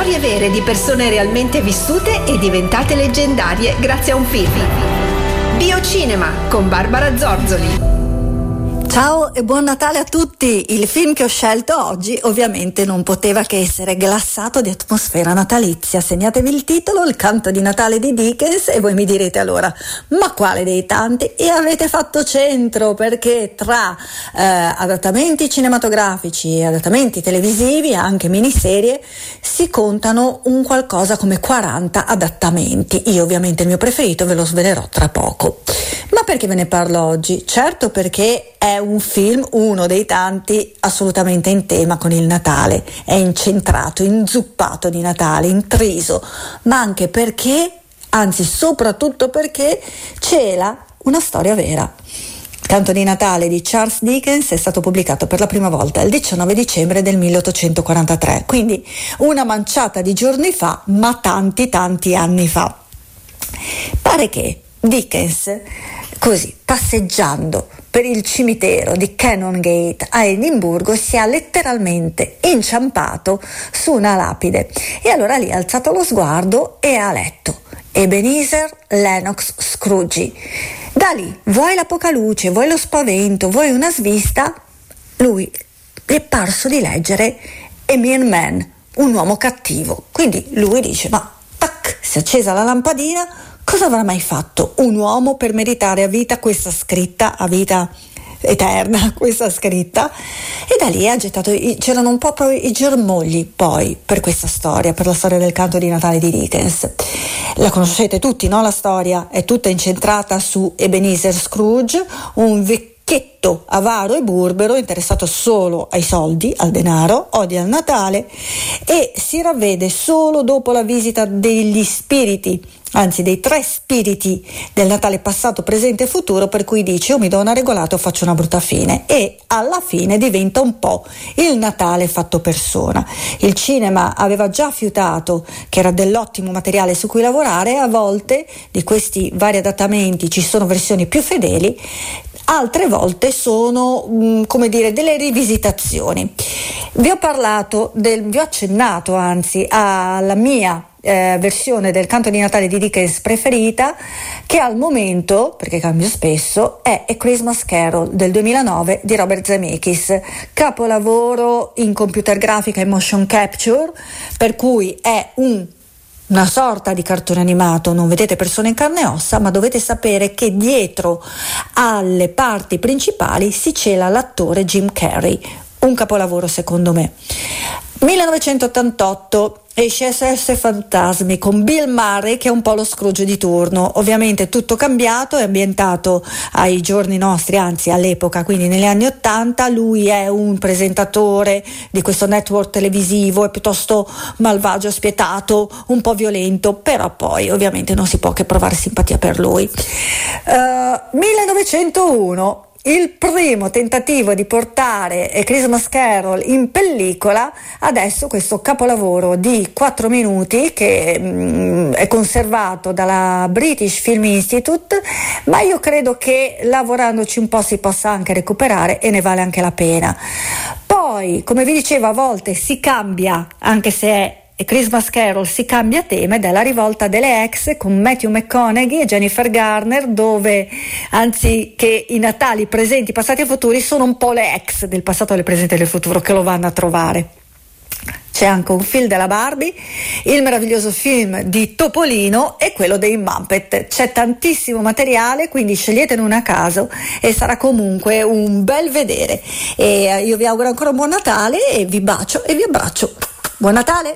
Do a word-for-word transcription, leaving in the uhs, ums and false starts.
Storie vere di persone realmente vissute e diventate leggendarie grazie a un film. Biocinema con Barbara Zorzoli. Ciao e buon Natale a tutti! Il film che ho scelto oggi ovviamente non poteva che essere glassato di atmosfera natalizia. Segnatevi il titolo, Il canto di Natale di Dickens, e voi mi direte allora, ma quale dei tanti? E avete fatto centro, perché tra eh, adattamenti cinematografici e adattamenti televisivi, anche miniserie, si contano un qualcosa come quaranta adattamenti. Io ovviamente il mio preferito ve lo svelerò tra poco. Ma perché ve ne parlo oggi? Certo, perché è un film, uno dei tanti, assolutamente in tema con il Natale, è incentrato, inzuppato di Natale, intriso, ma anche perché, anzi soprattutto perché, cela una storia vera. Il canto di Natale di Charles Dickens è stato pubblicato per la prima volta il diciannove dicembre del milleottocentoquarantatré, quindi una manciata di giorni fa, ma tanti tanti anni fa. Pare che Dickens, così, passeggiando per il cimitero di Canongate a Edimburgo, si è letteralmente inciampato su una lapide e allora lì ha alzato lo sguardo e ha letto Ebenezer Lennox Scrooge. Da lì, vuoi la poca luce, vuoi lo spavento, vuoi una svista, lui gli è parso di leggere A Mean Man, un uomo cattivo. Quindi lui dice, ma tac, si è accesa la lampadina. Cosa avrà mai fatto un uomo per meritare a vita questa scritta, a vita eterna questa scritta? E da lì ha gettato, c'erano un po' proprio i germogli poi per questa storia, per la storia del canto di Natale di Dickens. La conoscete tutti, no? La storia è tutta incentrata su Ebenezer Scrooge, un vecchietto avaro e burbero, interessato solo ai soldi, al denaro, odia il Natale e si ravvede solo dopo la visita degli spiriti, anzi dei tre spiriti del Natale passato, presente e futuro, per cui dice o mi do una regolata o faccio una brutta fine, e alla fine diventa un po' il Natale fatto persona. Il cinema aveva già fiutato che era dell'ottimo materiale su cui lavorare, e a volte di questi vari adattamenti ci sono versioni più fedeli, altre volte sono mh, come dire delle rivisitazioni. Vi ho parlato del, vi ho accennato anzi alla mia Eh, versione del canto di Natale di Dickens preferita, che al momento, perché cambio spesso, è A Christmas Carol del duemilanove di Robert Zemeckis, capolavoro in computer grafica e motion capture, per cui è un una sorta di cartone animato, non vedete persone in carne e ossa, ma dovete sapere che dietro alle parti principali si cela l'attore Jim Carrey, un capolavoro secondo me. millenovecentottantotto esce S O S Fantasmi con Bill Murray, che è un po' lo Scrooge di turno. Ovviamente tutto cambiato, è ambientato ai giorni nostri, anzi all'epoca, quindi negli anni ottanta. Lui è un presentatore di questo network televisivo, è piuttosto malvagio, spietato, un po' violento, però poi ovviamente non si può che provare simpatia per lui. uh, millenovecentouno, il primo tentativo di portare A Christmas Carol in pellicola. Adesso questo capolavoro di quattro minuti che mh, è conservato dalla British Film Institute, ma io credo che lavorandoci un po' si possa anche recuperare e ne vale anche la pena. Poi, come vi dicevo, a volte si cambia, anche se è A Christmas Carol, si cambia tema, ed è la rivolta delle ex con Matthew McConaughey e Jennifer Garner, dove anziché i Natali presenti, passati e futuri, sono un po' le ex del passato, le presenti e del futuro che lo vanno a trovare. C'è anche un film della Barbie, il meraviglioso film di Topolino e quello dei Muppet. C'è tantissimo materiale, quindi sceglietene una a caso e sarà comunque un bel vedere. E io vi auguro ancora un buon Natale e vi bacio e vi abbraccio. Buon Natale!